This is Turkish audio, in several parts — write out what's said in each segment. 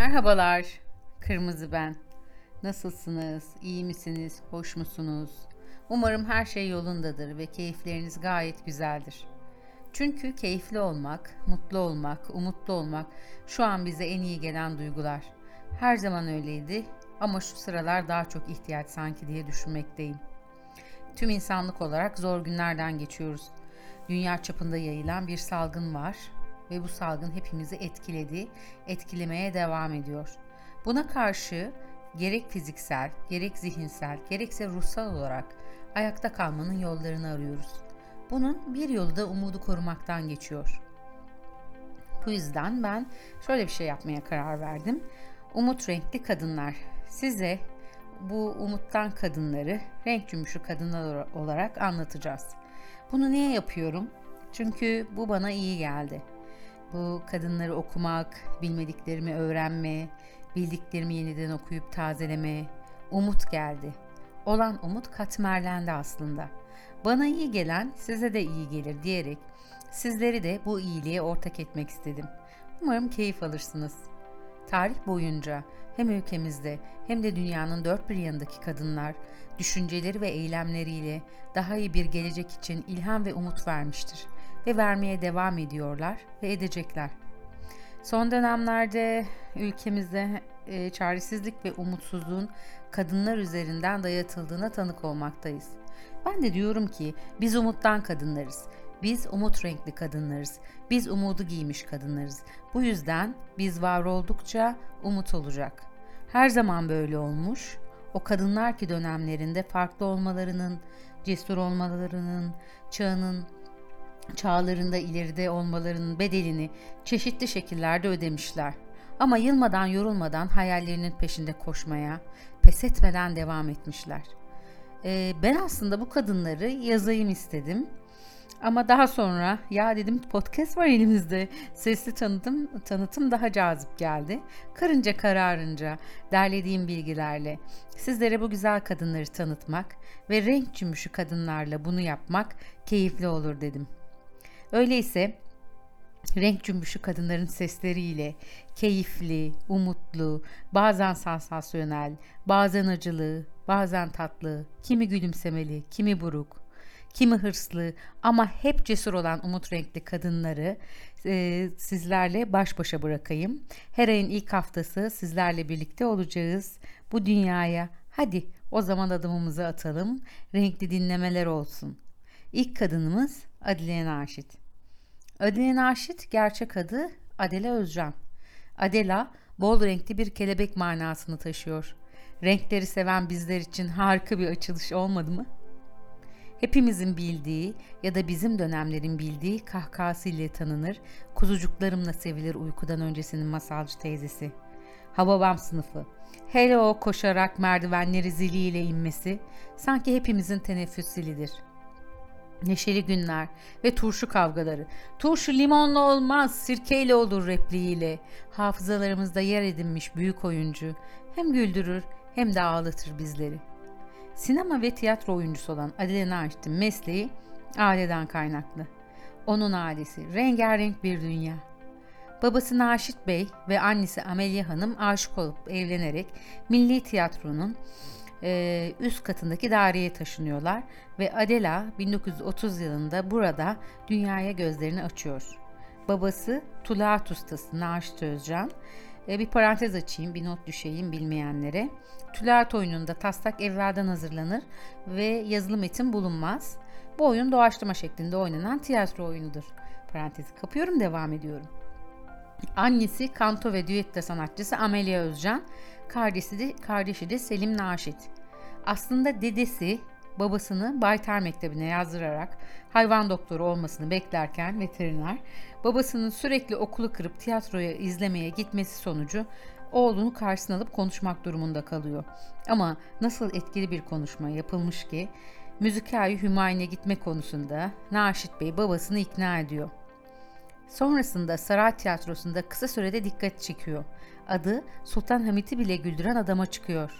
Merhabalar, Kırmızı ben. Nasılsınız? İyi misiniz? Hoş musunuz? Umarım her şey yolundadır ve keyifleriniz gayet güzeldir. Çünkü keyifli olmak, mutlu olmak, umutlu olmak şu an bize en iyi gelen duygular. Her zaman öyleydi ama şu sıralar daha çok ihtiyaç sanki diye düşünmekteyim. Tüm insanlık olarak zor günlerden geçiyoruz. Dünya çapında yayılan bir salgın var ve bu salgın hepimizi etkiledi, etkilemeye devam ediyor. Buna karşı gerek fiziksel, gerek zihinsel, gerekse ruhsal olarak ayakta kalmanın yollarını arıyoruz. Bunun bir yolu da umudu korumaktan geçiyor. Bu yüzden ben şöyle bir şey yapmaya karar verdim. Umut renkli kadınlar. Size bu umuttan kadınları renk cümbüşü kadınlar olarak anlatacağız. Bunu niye yapıyorum? Çünkü bu bana iyi geldi. Bu kadınları okumak, bilmediklerimi öğrenme, bildiklerimi yeniden okuyup tazeleme, umut geldi. Olan umut katmerlendi aslında. Bana iyi gelen size de iyi gelir diyerek sizleri de bu iyiliğe ortak etmek istedim. Umarım keyif alırsınız. Tarih boyunca hem ülkemizde hem de dünyanın dört bir yanındaki kadınlar düşünceleri ve eylemleriyle daha iyi bir gelecek için ilham ve umut vermiştir ve vermeye devam ediyorlar ve edecekler. Son dönemlerde ülkemizde çaresizlik ve umutsuzluğun kadınlar üzerinden dayatıldığına tanık olmaktayız. Ben de diyorum ki biz umuttan kadınlarız. Biz umut renkli kadınlarız. Biz umudu giymiş kadınlarız. Bu yüzden biz var oldukça umut olacak. Her zaman böyle olmuş. O kadınlar ki dönemlerinde farklı olmalarının, cesur olmalarının, çağlarında ileride olmalarının bedelini çeşitli şekillerde ödemişler. Ama yılmadan yorulmadan hayallerinin peşinde koşmaya, pes etmeden devam etmişler. Ben aslında bu kadınları yazayım istedim. Ama daha sonra ya dedim podcast var elimizde. Sesli tanıtım daha cazip geldi. Karınca kararınca derlediğim bilgilerle sizlere bu güzel kadınları tanıtmak ve renk cümbüşü kadınlarla bunu yapmak keyifli olur dedim. Öyleyse renk cümbüşü kadınların sesleriyle keyifli, umutlu, bazen sansasyonel, bazen acılı, bazen tatlı, kimi gülümsemeli, kimi buruk, kimi hırslı ama hep cesur olan umut renkli kadınları sizlerle baş başa bırakayım. Her ayın ilk haftası sizlerle birlikte olacağız. Bu dünyaya hadi o zaman adımımızı atalım. Renkli dinlemeler olsun. İlk kadınımız Adile Naşit. Adile Naşit gerçek adı Adela Özcan. Adela bol renkli bir kelebek manasını taşıyor. Renkleri seven bizler için harika bir açılış olmadı mı? Hepimizin bildiği ya da bizim dönemlerin bildiği kahkahasıyla tanınır, kuzucuklarımla sevilir uykudan öncesinin masalcı teyzesi. Hababam sınıfı. Hele o koşarak merdivenleri ziliyle inmesi sanki hepimizin teneffüs zilidir. Neşeli günler ve turşu kavgaları. Turşu limonla olmaz, sirkeyle olur repliğiyle. Hafızalarımızda yer edinmiş büyük oyuncu hem güldürür hem de ağlatır bizleri. Sinema ve tiyatro oyuncusu olan Adile Naşit'in mesleği aileden kaynaklı. Onun ailesi rengarenk bir dünya. Babası Naşit Bey ve annesi Amelye Hanım aşık olup evlenerek Milli Tiyatro'nun üst katındaki daireye taşınıyorlar ve Adela 1930 yılında burada dünyaya gözlerini açıyor. Babası Tulaat ustası Naşit Özcan. Bir parantez açayım, bir not düşeyim bilmeyenlere. Tulaat oyununda taslak evvelden hazırlanır ve yazılı metin bulunmaz. Bu oyun doğaçlama şeklinde oynanan tiyatro oyunudur. Parantezi kapıyorum, devam ediyorum. Annesi kanto ve düette sanatçısı Amelia Özcan, kardeşi de Selim Naşit. Aslında dedesi babasını Baytar Mektebi'ne yazdırarak hayvan doktoru olmasını beklerken veteriner, babasının sürekli okulu kırıp tiyatroya izlemeye gitmesi sonucu oğlunu karşısına alıp konuşmak durumunda kalıyor. Ama nasıl etkili bir konuşma yapılmış ki müzikayı Hümayun'a gitme konusunda Naşit Bey babasını ikna ediyor. Sonrasında Saray Tiyatrosu'nda kısa sürede dikkat çekiyor. Adı Sultan Hamit'i bile güldüren adama çıkıyor.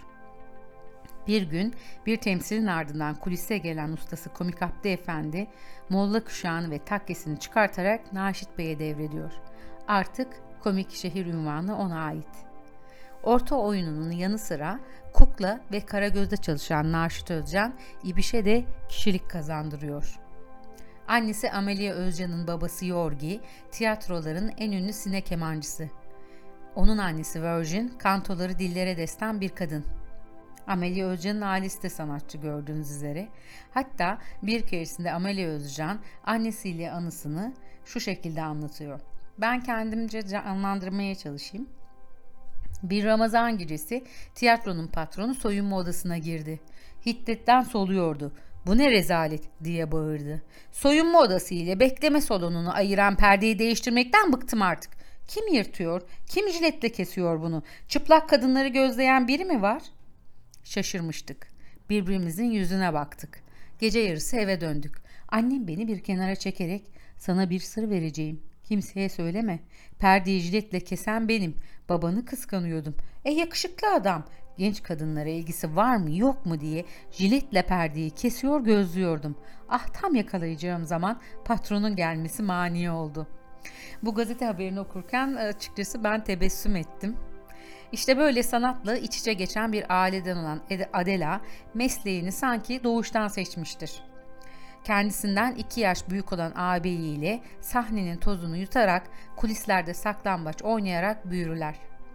Bir gün bir temsilin ardından kulise gelen ustası Komik Abdi Efendi, molla kuşağını ve takkesini çıkartarak Naşit Bey'e devrediyor. Artık komik şehir unvanı ona ait. Orta oyununun yanı sıra kukla ve Karagöz'de çalışan Naşit Özcan, İbiş'e de kişilik kazandırıyor. Annesi Amelia Özcan'ın babası Yorgi, tiyatroların en ünlü sine kemancısı. Onun annesi Virgin, kantoları dillere destan bir kadın. Amelia Özcan'ın ailesi de sanatçı gördüğünüz üzere. Hatta bir keresinde Amelia Özcan annesiyle anısını şu şekilde anlatıyor. Ben kendimce canlandırmaya çalışayım. Bir Ramazan gecesi tiyatronun patronu soyunma odasına girdi. Hiddetten soluyordu. "Bu ne rezalet!" diye bağırdı. "Soyunma odası ile bekleme salonunu ayıran perdeyi değiştirmekten bıktım artık. Kim yırtıyor, kim jiletle kesiyor bunu? Çıplak kadınları gözleyen biri mi var?" Şaşırmıştık. Birbirimizin yüzüne baktık. Gece yarısı eve döndük. Annem beni bir kenara çekerek "Sana bir sır vereceğim. Kimseye söyleme. Perdeyi jiletle kesen benim. Babanı kıskanıyordum. Yakışıklı adam. Genç kadınlara ilgisi var mı yok mu diye jiletle perdeyi kesiyor gözlüyordum. Ah, tam yakalayacağım zaman patronun gelmesi mani oldu." Bu gazete haberini okurken açıkçası ben tebessüm ettim. İşte böyle sanatla iç içe geçen bir aileden olan Adela mesleğini sanki doğuştan seçmiştir. Kendisinden 2 yaş büyük olan ağabeyiyle sahnenin tozunu yutarak kulislerde saklambaç oynayarak büyürler.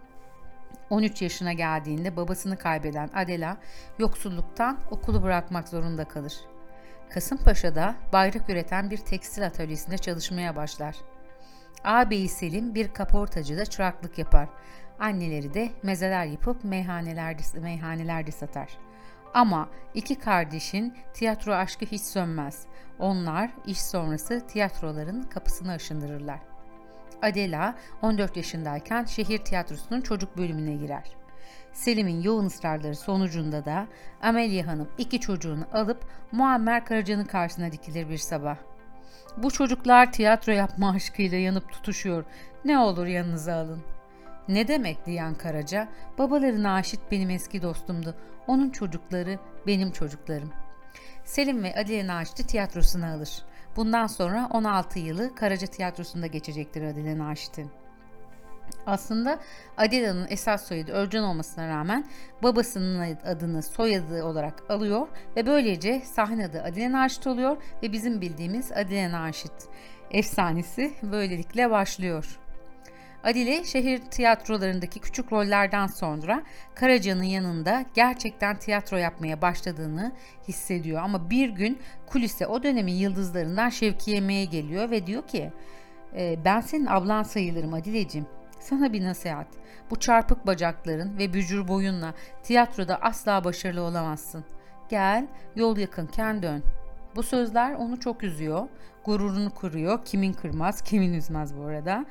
13 yaşına geldiğinde babasını kaybeden Adela yoksulluktan okulu bırakmak zorunda kalır. Kasımpaşa'da bayrak üreten bir tekstil atölyesinde çalışmaya başlar. Ağabeyi Selim bir kaportacıda çıraklık yapar. Anneleri de mezeler yapıp meyhanelerde satar. Ama iki kardeşin tiyatro aşkı hiç sönmez. Onlar iş sonrası tiyatroların kapısını aşındırırlar. Adela 14 yaşındayken şehir tiyatrosunun çocuk bölümüne girer. Selim'in yoğun ısrarları sonucunda da Amelia Hanım 2 çocuğunu alıp Muammer Karaca'nın karşısına dikilir bir sabah. "Bu çocuklar tiyatro yapma aşkıyla yanıp tutuşuyor. Ne olur yanınıza alın." "Ne demek?" diyen Karaca, "Babaları Naşit benim eski dostumdu. Onun çocukları benim çocuklarım." Selim ve Adile Naşit'i tiyatrosuna alır. Bundan sonra 16 yılı Karaca Tiyatrosu'nda geçecektir Adile Naşit'in. Aslında Adila'nın esas soyadı Örcan olmasına rağmen babasının adını soyadı olarak alıyor ve böylece sahne adı Adile Naşit oluyor ve bizim bildiğimiz Adile Naşit efsanesi böylelikle başlıyor. Adile şehir tiyatrolarındaki küçük rollerden sonra Karaca'nın yanında gerçekten tiyatro yapmaya başladığını hissediyor. Ama bir gün kulise o dönemin yıldızlarından Şevki Yemeğe geliyor ve diyor ki "Ben senin ablan sayılırım Adileciğim. Sana bir nasihat. Bu çarpık bacakların ve bücür boyunla tiyatroda asla başarılı olamazsın. Gel, yol yakınken dön." Bu sözler onu çok üzüyor. Gururunu kırıyor. Kimin kırmaz, kimin üzmez bu arada.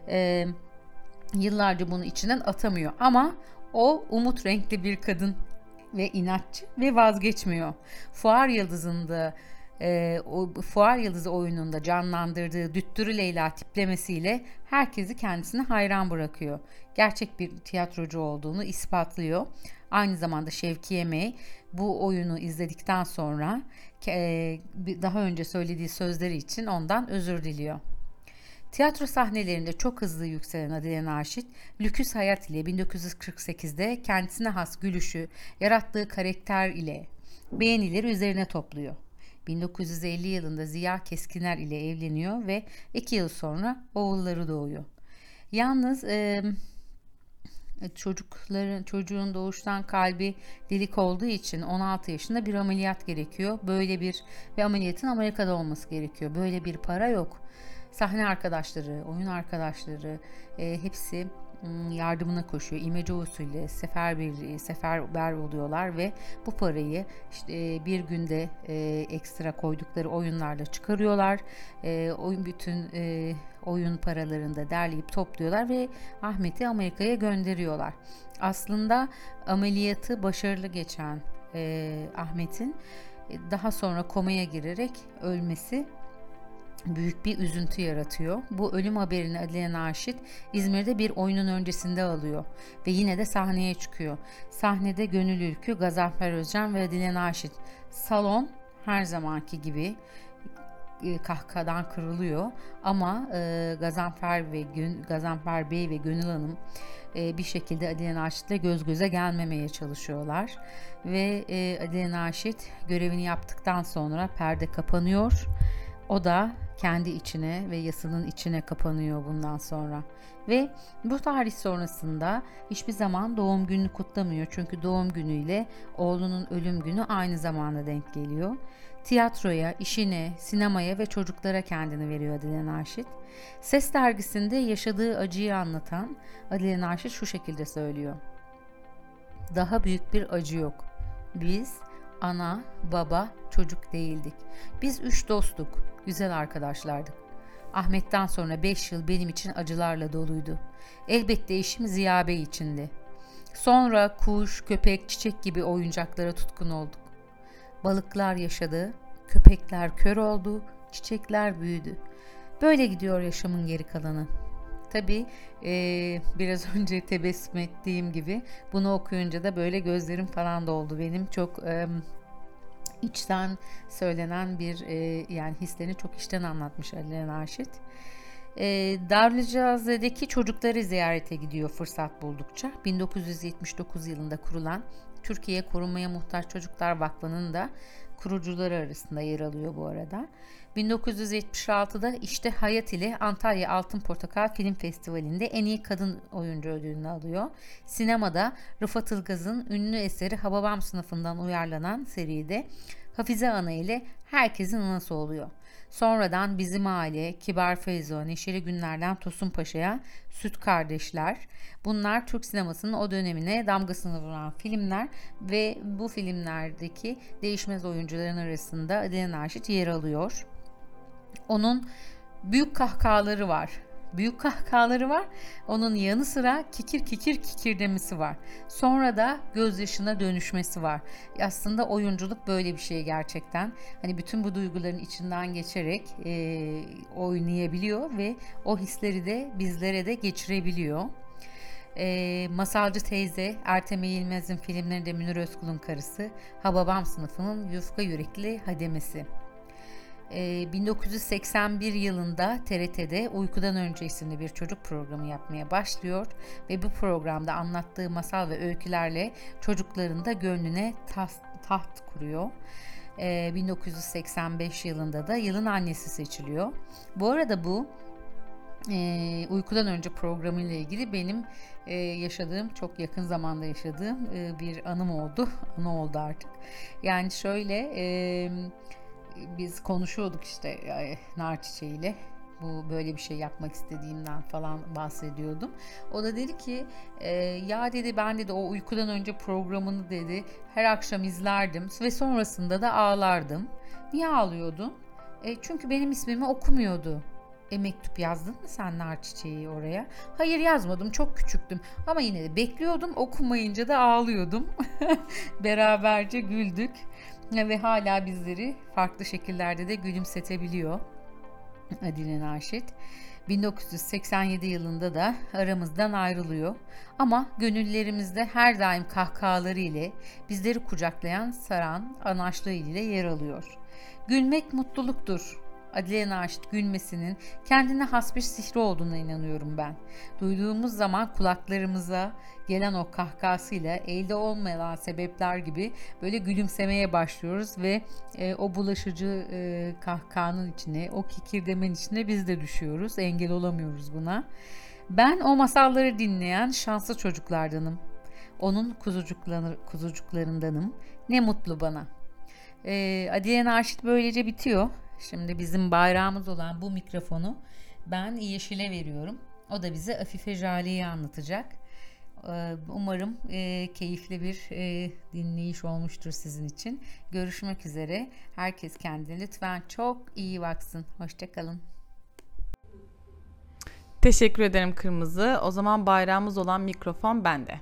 Yıllarca bunu içinden atamıyor. Ama o umut renkli bir kadın ve inatçı ve vazgeçmiyor. Fuar Yıldızı oyununda canlandırdığı Düttürü Leyla tiplemesiyle herkesi kendisine hayran bırakıyor. Gerçek bir tiyatrocu olduğunu ispatlıyor. Aynı zamanda Şevki Yemeği bu oyunu izledikten sonra daha önce söylediği sözleri için ondan özür diliyor. Tiyatro sahnelerinde çok hızlı yükselen Adile Naşit, Lüküs Hayat ile 1948'de kendisine has gülüşü, yarattığı karakter ile beğenileri üzerine topluyor. 1950 yılında Ziya Keskiner ile evleniyor ve 2 yıl sonra oğulları doğuyor. Yalnız çocuğun doğuştan kalbi delik olduğu için 16 yaşında bir ameliyat gerekiyor. Ve ameliyatın Amerika'da olması gerekiyor. Böyle bir para yok. Sahne arkadaşları, oyun arkadaşları hepsi yardımına koşuyor. İmece usulü seferber oluyorlar ve bu parayı işte bir günde ekstra koydukları oyunlarla çıkarıyorlar. Bütün oyun paralarını da derleyip topluyorlar ve Ahmet'i Amerika'ya gönderiyorlar. Aslında ameliyatı başarılı geçen Ahmet'in daha sonra komaya girerek ölmesi büyük bir üzüntü yaratıyor. Bu ölüm haberini Adile Naşit İzmir'de bir oyunun öncesinde alıyor ve yine de sahneye çıkıyor. Sahnede Gönül Ülkü, Gazanfer Özcan ve Adile Naşit. Salon her zamanki gibi kahkahadan kırılıyor ama Gazanfer Bey ve Gönül Hanım bir şekilde Adile Naşit'le göz göze gelmemeye çalışıyorlar ve Adile Naşit görevini yaptıktan sonra perde kapanıyor. O da kendi içine ve yasının içine kapanıyor bundan sonra. Ve bu tarih sonrasında hiçbir zaman doğum gününü kutlamıyor. Çünkü doğum günüyle oğlunun ölüm günü aynı zamanda denk geliyor. Tiyatroya, işine, sinemaya ve çocuklara kendini veriyor Adile Naşit. Ses dergisinde yaşadığı acıyı anlatan Adile Naşit şu şekilde söylüyor. Daha büyük bir acı yok. Biz ana, baba, çocuk değildik. Biz 3 dostuk, güzel arkadaşlardık. Ahmet'ten sonra 5 yıl benim için acılarla doluydu. Elbette eşim Ziya Bey içindi. Sonra kuş, köpek, çiçek gibi oyuncaklara tutkun olduk. Balıklar yaşadı, köpekler kör oldu, çiçekler büyüdü. Böyle gidiyor yaşamın geri kalanı. Tabii biraz önce tebessüm ettiğim gibi bunu okuyunca da böyle gözlerim falan doldu benim. Çok içten söylenen bir yani hislerini çok içten anlatmış Adile Naşit. Darlıcaziye'deki çocukları ziyarete gidiyor fırsat buldukça. 1979 yılında kurulan Türkiye Korunmaya Muhtaç Çocuklar Vakfı'nın da kurucuları arasında yer alıyor bu arada. 1976'da İşte Hayat ile Antalya Altın Portakal Film Festivali'nde en iyi kadın oyuncu ödülünü alıyor. Sinemada Rıfat Ilgaz'ın ünlü eseri Hababam Sınıfından uyarlanan seride Hafize Ana ile herkesin anası oluyor. Sonradan Bizim Aile, Kibar Feyzo, Neşeli Günler'den Tosun Paşa'ya Süt Kardeşler. Bunlar Türk sinemasının o dönemine damgasını vuran filmler ve bu filmlerdeki değişmez oyuncuların arasında Adile Naşit yer alıyor. Onun büyük kahkahaları var. Büyük kahkahaları var. Onun yanı sıra kikir kikir kikirdemesi var. Sonra da gözyaşına dönüşmesi var. Aslında oyunculuk böyle bir şey gerçekten. Hani bütün bu duyguların içinden geçerek oynayabiliyor ve o hisleri de bizlere de geçirebiliyor. Masalcı Teyze, Ertem Eğilmez'in filmlerinde Münir Özkul'un karısı, Hababam Sınıfı'nın yufka yürekli hademesi. 1981 yılında TRT'de Uykudan Önce isimli bir çocuk programı yapmaya başlıyor ve bu programda anlattığı masal ve öykülerle çocukların da gönlüne taht kuruyor. 1985 yılında da yılın annesi seçiliyor. Bu arada bu Uykudan Önce programı ile ilgili benim yaşadığım, çok yakın zamanda yaşadığım bir anı oldu artık. Yani şöyle biz konuşuyorduk işte nar çiçeğiyle, bu böyle bir şey yapmak istediğimden falan bahsediyordum. O da dedi ki ya dedi, ben dedi o Uykudan Önce programını dedi her akşam izlerdim ve sonrasında da ağlardım. Niye ağlıyordun? Çünkü benim ismimi okumuyordu. Mektup yazdın mı sen nar çiçeği oraya? Hayır, yazmadım, çok küçüktüm ama yine de bekliyordum, okumayınca da ağlıyordum. Beraberce güldük ve hala bizleri farklı şekillerde de gülümsetebiliyor Adile Naşit. 1987 yılında da aramızdan ayrılıyor. Ama gönüllerimizde her daim kahkahaları ile bizleri kucaklayan, saran anaçlığı ile yer alıyor. Gülmek mutluluktur. Adile Naşit gülmesinin kendine has bir sihri olduğuna inanıyorum ben. Duyduğumuz zaman kulaklarımıza gelen o kahkahasıyla elde olmayan sebepler gibi böyle gülümsemeye başlıyoruz ve o bulaşıcı kahkahanın içine, o kikirdemen içine biz de düşüyoruz. Engel olamıyoruz buna. Ben o masalları dinleyen şanslı çocuklardanım. Onun kuzucuklarındanım. Ne mutlu bana. Adile Naşit böylece bitiyor. Şimdi bizim bayrağımız olan bu mikrofonu ben Yeşil'e veriyorum. O da bize Afife Jale'yi anlatacak. Umarım keyifli bir dinleyiş olmuştur sizin için. Görüşmek üzere. Herkes kendine lütfen çok iyi baksın. Hoşça kalın. Teşekkür ederim Kırmızı. O zaman bayrağımız olan mikrofon bende.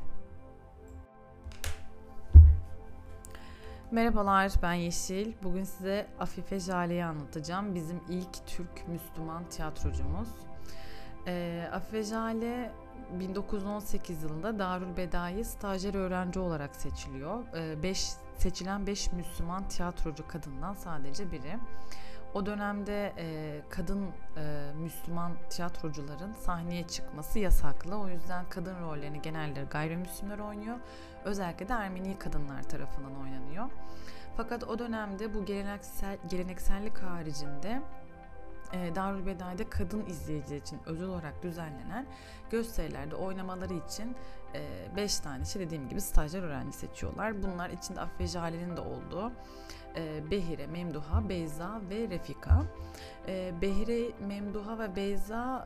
Merhabalar, ben Yeşil. Bugün size Afife Jale'yi anlatacağım. Bizim ilk Türk Müslüman tiyatrocumuz. Afife Jale 1918 yılında Darülbedai'ye stajyer öğrenci olarak seçiliyor. Seçilen 5 Müslüman tiyatrocu kadından sadece biri. O dönemde kadın Müslüman tiyatrocuların sahneye çıkması yasaklı. O yüzden kadın rollerini genelde gayrimüslimler oynuyor. Özellikle de Ermeni kadınlar tarafından oynanıyor. Fakat o dönemde bu geleneksellik haricinde Darülbedai'de kadın izleyiciler için özel olarak düzenlenen gösterilerde oynamaları için 5 tane dediğim gibi stajyer öğrenci seçiyorlar. Bunlar içinde Afife Jale'nin de olduğu Behire, Memduha, Beyza ve Refika. Behire, Memduha ve Beyza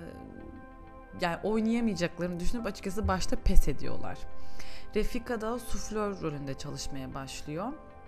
yani oynayamayacaklarını düşünüp açıkçası başta pes ediyorlar. Refika da suflör rolünde çalışmaya başlıyor.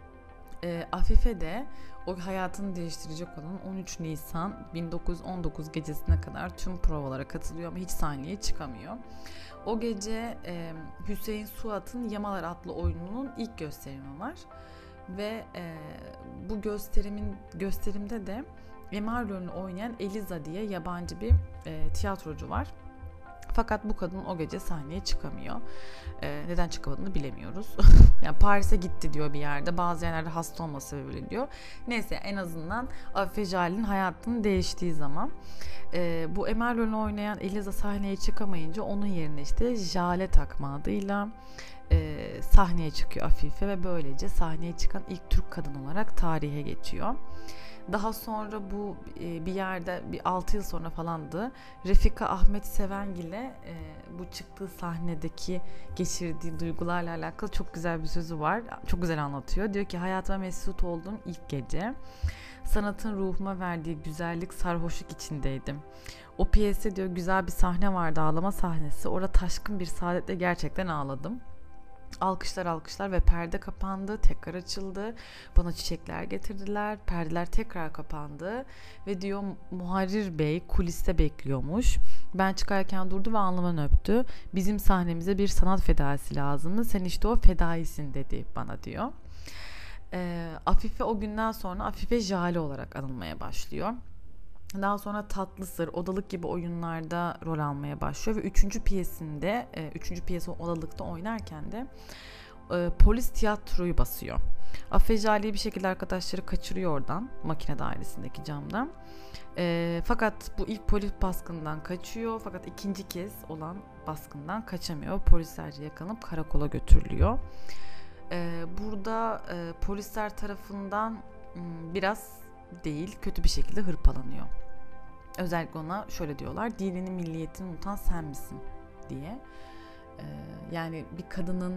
Afife de o hayatını değiştirecek olan 13 Nisan 1919 gecesine kadar tüm provalara katılıyor ama hiç sahneye çıkamıyor. O gece Hüseyin Suat'ın Yamalar adlı oyununun ilk gösterimi var ve bu gösterimde de Emar rolünü oynayan Eliza diye yabancı bir tiyatrocu var. Fakat bu kadın o gece sahneye çıkamıyor. Neden çıkamadığını bilemiyoruz. Yani Paris'e gitti diyor bir yerde. Bazı yerlerde hasta olması sebebiyle diyor. Neyse, en azından Afife Jale'nin hayatının değiştiği zaman bu Emel rolünü oynayan Eliza sahneye çıkamayınca onun yerine işte Jale takma adıyla sahneye çıkıyor Afife ve böylece sahneye çıkan ilk Türk kadın olarak tarihe geçiyor. Daha sonra bu bir yerde bir 6 yıl sonra falandı. Refika Ahmet Sevengil'e bu çıktığı sahnedeki geçirdiği duygularla alakalı çok güzel bir sözü var. Çok güzel anlatıyor. Diyor ki hayatıma mesut olduğum ilk gece sanatın ruhuma verdiği güzellik, sarhoşluk içindeydim. O piyeste diyor güzel bir sahne vardı, ağlama sahnesi. Orada taşkın bir saadetle gerçekten ağladım. Alkışlar ve perde kapandı, tekrar açıldı. Bana çiçekler getirdiler, perdeler tekrar kapandı ve diyor Muharrir Bey kuliste bekliyormuş. Ben çıkarken durdu ve alnımdan öptü. Bizim sahnemize bir sanat fedaisi lazımdı. Sen işte o fedaisin dedi bana diyor. Afife o günden sonra Afife Jale olarak anılmaya başlıyor. Daha sonra Tatlı Sır, Odalık gibi oyunlarda rol almaya başlıyor ve 3. piyesi Odalık'ta oynarken de polis tiyatroyu basıyor. Afife Jale'yi bir şekilde arkadaşları kaçırıyor oradan, makine dairesindeki camdan. Fakat bu ilk polis baskından kaçıyor, fakat ikinci kez olan baskından kaçamıyor. Polislerce yakalanıp karakola götürülüyor. Burada polisler tarafından biraz değil, kötü bir şekilde hırpalanıyor. Özellikle ona şöyle diyorlar, dinini, milliyetini unutan sen misin diye. Yani bir kadının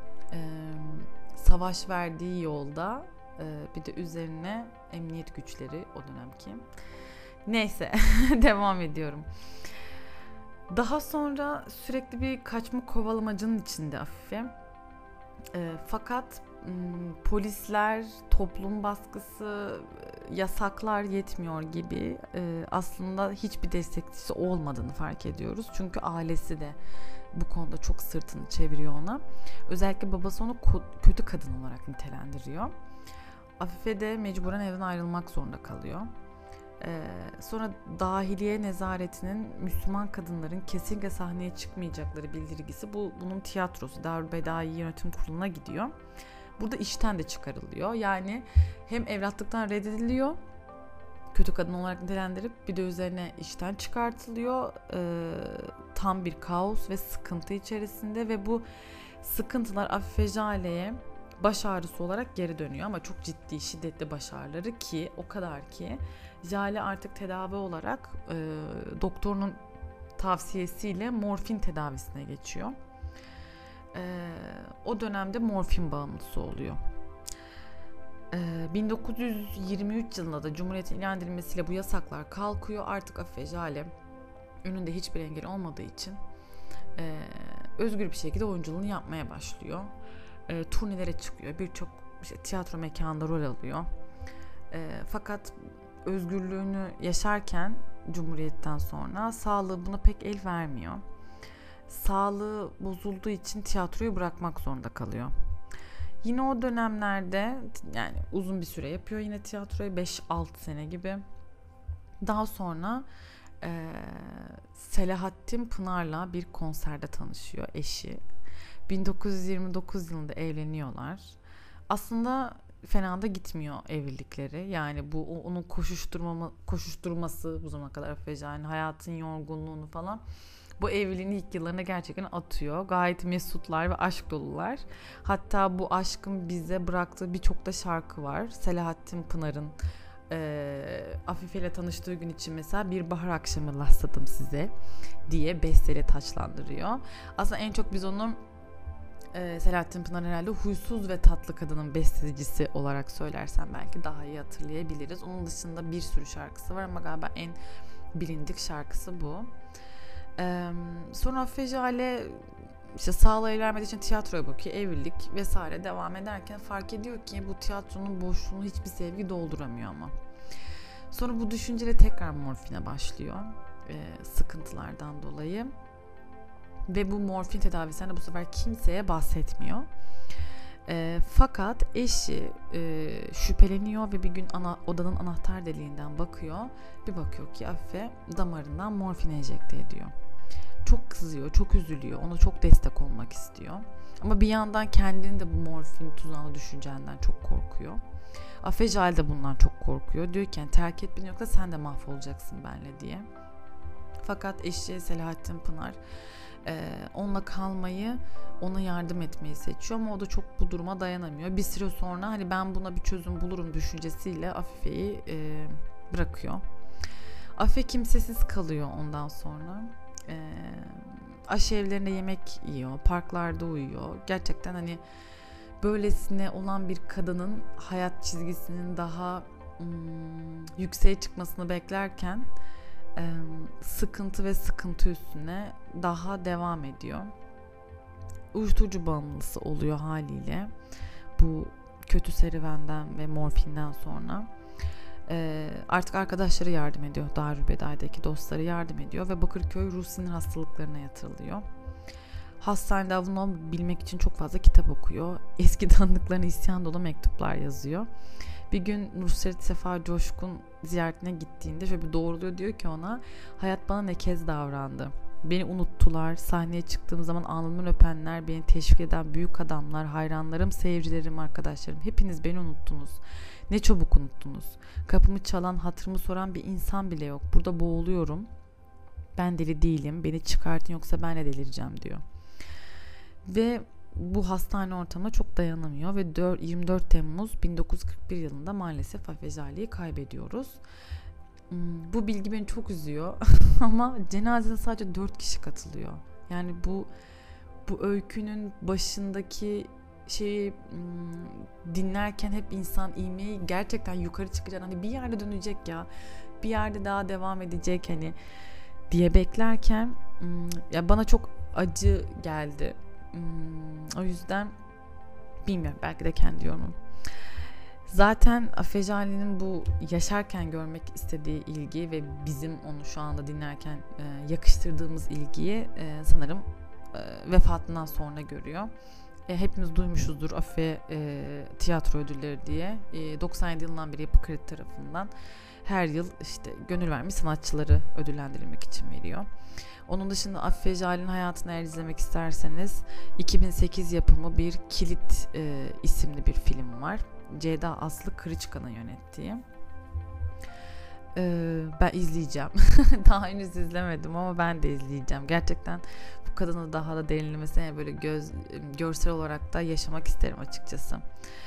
savaş verdiği yolda bir de üzerine emniyet güçleri o dönemki. Neyse devam ediyorum. Daha sonra sürekli bir kaçma kovalamacının içinde Afife. Fakat polisler, toplum baskısı, yasaklar yetmiyor gibi aslında hiçbir destekçisi olmadığını fark ediyoruz. Çünkü ailesi de bu konuda çok sırtını çeviriyor ona. Özellikle babası onu kötü kadın olarak nitelendiriyor. Afife de mecburen evden ayrılmak zorunda kalıyor. Sonra dahiliye nezaretinin Müslüman kadınların kesinlikle sahneye çıkmayacakları bildirgesi bunun tiyatrosu Darülbedai Yönetim Kurulu'na gidiyor. Burada işten de çıkarılıyor. Yani hem evlatlıktan reddediliyor, kötü kadın olarak nitelendirip bir de üzerine işten çıkartılıyor. Tam bir kaos ve sıkıntı içerisinde ve bu sıkıntılar Afife Jale'ye baş ağrısı olarak geri dönüyor ama çok ciddi, şiddetli baş ağrıları ki o kadar ki Jale artık tedavi olarak doktorunun tavsiyesiyle morfin tedavisine geçiyor. O dönemde morfin bağımlısı oluyor. 1923 yılında da Cumhuriyet'in ilan edilmesiyle bu yasaklar kalkıyor. Artık Afife Jale önünde hiçbir engel olmadığı için özgür bir şekilde oyunculuğunu yapmaya başlıyor. Turnelere çıkıyor. Birçok tiyatro mekanında rol alıyor. Fakat özgürlüğünü yaşarken Cumhuriyet'ten sonra sağlığı buna pek el vermiyor. Sağlığı bozulduğu için tiyatroyu bırakmak zorunda kalıyor. Yine o dönemlerde yani uzun bir süre yapıyor yine tiyatroyu, 5-6 sene gibi. Daha sonra Selahattin Pınar'la bir konserde tanışıyor eşi. 1929 yılında evleniyorlar. Aslında fena da gitmiyor evlilikleri. Yani bu onun koşuşturması bu zamana kadar Afife Jale'nin hayatın yorgunluğunu falan bu evliliğin ilk yıllarına gerçekten atıyor. Gayet mesutlar ve aşk dolular. Hatta bu aşkın bize bıraktığı birçok da şarkı var. Selahattin Pınar'ın Afife ile tanıştığı gün için mesela bir bahar akşamı rastladım size diye besteyle taçlandırıyor. Aslında en çok biz onu Selahattin Pınar herhalde Huysuz ve Tatlı Kadının bestecisi olarak söylersem belki daha iyi hatırlayabiliriz. Onun dışında bir sürü şarkısı var ama galiba en bilindik şarkısı bu. Sonra Afife Jale işte sağlığı ilerlemediği için tiyatroya bakıyor, evlilik vesaire devam ederken fark ediyor ki bu tiyatronun boşluğunu hiçbir sevgi dolduramıyor ama. Sonra bu düşünceyle tekrar morfine başlıyor sıkıntılardan dolayı. Ve bu morfin tedavisinden de bu sefer kimseye bahsetmiyor. Fakat eşi şüpheleniyor ve bir gün odanın anahtar deliğinden bakıyor. Bir bakıyor ki Afife damarından morfin enjekte ediyor. Çok kızıyor, çok üzülüyor. Ona çok destek olmak istiyor. Ama bir yandan kendini de bu morfin tuzağına düşeceğinden çok korkuyor. Afife Jale de bundan çok korkuyor. Diyor ki yani, terk et beni yoksa sen de mahvolacaksın benle diye. Fakat eşi Selahattin Pınar onunla kalmayı, ona yardım etmeyi seçiyor ama o da çok bu duruma dayanamıyor. Bir süre sonra hani ben buna bir çözüm bulurum düşüncesiyle Afife'yi bırakıyor. Afife kimsesiz kalıyor ondan sonra. Aşevlerinde yemek yiyor, parklarda uyuyor. Gerçekten hani böylesine olan bir kadının hayat çizgisinin daha yükseğe çıkmasını beklerken sıkıntı ve sıkıntı üstüne daha devam ediyor. Uyuşturucu bağımlısı oluyor haliyle bu kötü serüvenden ve morfinden sonra. Artık arkadaşları yardım ediyor. Darülbedai'deki dostları yardım ediyor ve Bakırköy ruh sinir hastalıklarına yatırılıyor. Hastanede avunabilmek için çok fazla kitap okuyor. Eski tanıdıklarına isyan dolu mektuplar yazıyor. Bir gün Nusret Sefa Coşkun ziyaretine gittiğinde şöyle bir doğruluyor, diyor ki ona hayat bana ne kez davrandı. Beni unuttular. Sahneye çıktığım zaman alnımdan öpenler, beni teşvik eden büyük adamlar, hayranlarım, seyircilerim, arkadaşlarım. Hepiniz beni unuttunuz. Ne çabuk unuttunuz. Kapımı çalan, hatırımı soran bir insan bile yok. Burada boğuluyorum. Ben deli değilim. Beni çıkartın yoksa ben de delireceğim diyor. Ve bu hastane ortamına çok dayanamıyor ve 24 Temmuz 1941 yılında maalesef Afife Jale'yi kaybediyoruz. Bu bilgi beni çok üzüyor ama cenazesine sadece 4 kişi katılıyor. Yani bu öykünün başındaki şeyi dinlerken hep insan ivmeyi gerçekten yukarı çıkacak. Hani bir yerde dönecek ya, bir yerde daha devam edecek hani diye beklerken ya bana çok acı geldi. O yüzden bilmiyorum, belki de kendi yorumum. Zaten Afife Jale'nin bu yaşarken görmek istediği ilgi ve bizim onu şu anda dinlerken yakıştırdığımız ilgiyi sanırım vefatından sonra görüyor. Hepimiz duymuşuzdur Afife tiyatro ödülleri diye. 97 yılından beri Yapı Kredi tarafından her yıl işte gönül vermiş sanatçıları ödüllendirilmek için veriyor. Onun dışında Afife Jale'nin hayatını eğer izlemek isterseniz 2008 yapımı bir Kilit isimli bir film var. Ceyda Aslı Kırıçkan'ın yönettiği. Ben izleyeceğim. Daha henüz izlemedim ama ben de izleyeceğim. Gerçekten bu kadını daha da derinlemesine böyle görsel olarak da yaşamak isterim açıkçası.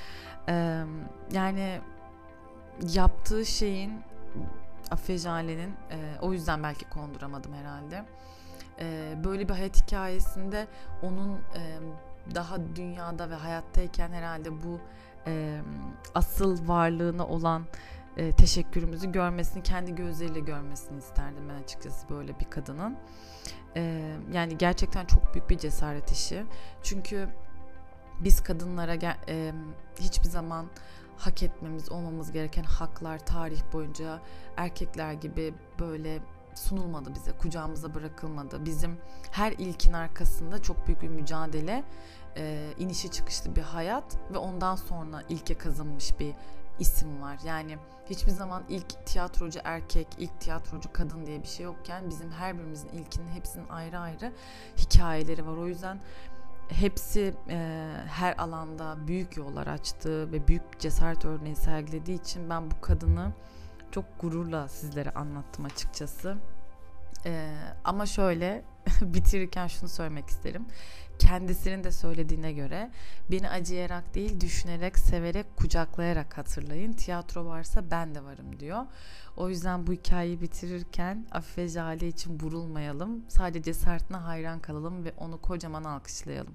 Yani yaptığı şeyin Afife Jale'nin o yüzden belki konduramadım herhalde. Böyle bir hayat hikayesinde onun daha dünyada ve hayattayken herhalde bu asıl varlığına olan teşekkürümüzü görmesini, kendi gözleriyle görmesini isterdim ben açıkçası böyle bir kadının. Yani gerçekten çok büyük bir cesaret işi. Çünkü biz kadınlara hiçbir zaman hak etmemiz, olmamız gereken haklar tarih boyunca erkekler gibi böyle sunulmadı bize, kucağımıza bırakılmadı. Bizim her ilkin arkasında çok büyük bir mücadele, inişi çıkışlı bir hayat ve ondan sonra ilke kazınmış bir isim var. Yani hiçbir zaman ilk tiyatrocu erkek, ilk tiyatrocu kadın diye bir şey yokken bizim her birimizin ilkinin hepsinin ayrı ayrı hikayeleri var. O yüzden hepsi her alanda büyük yollar açtığı ve büyük cesaret örneği sergilediği için ben bu kadını çok gururla sizlere anlattım açıkçası. Ama şöyle bitirirken şunu söylemek isterim. Kendisinin de söylediğine göre beni acıyarak değil, düşünerek, severek, kucaklayarak hatırlayın. Tiyatro varsa ben de varım diyor. O yüzden bu hikayeyi bitirirken Afife Jale için vurulmayalım. Sadece cesaretine hayran kalalım ve onu kocaman alkışlayalım.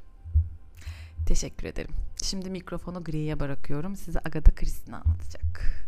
Teşekkür ederim. Şimdi mikrofonu Gri'ye bırakıyorum. Size Agatha Christie'ni anlatacak.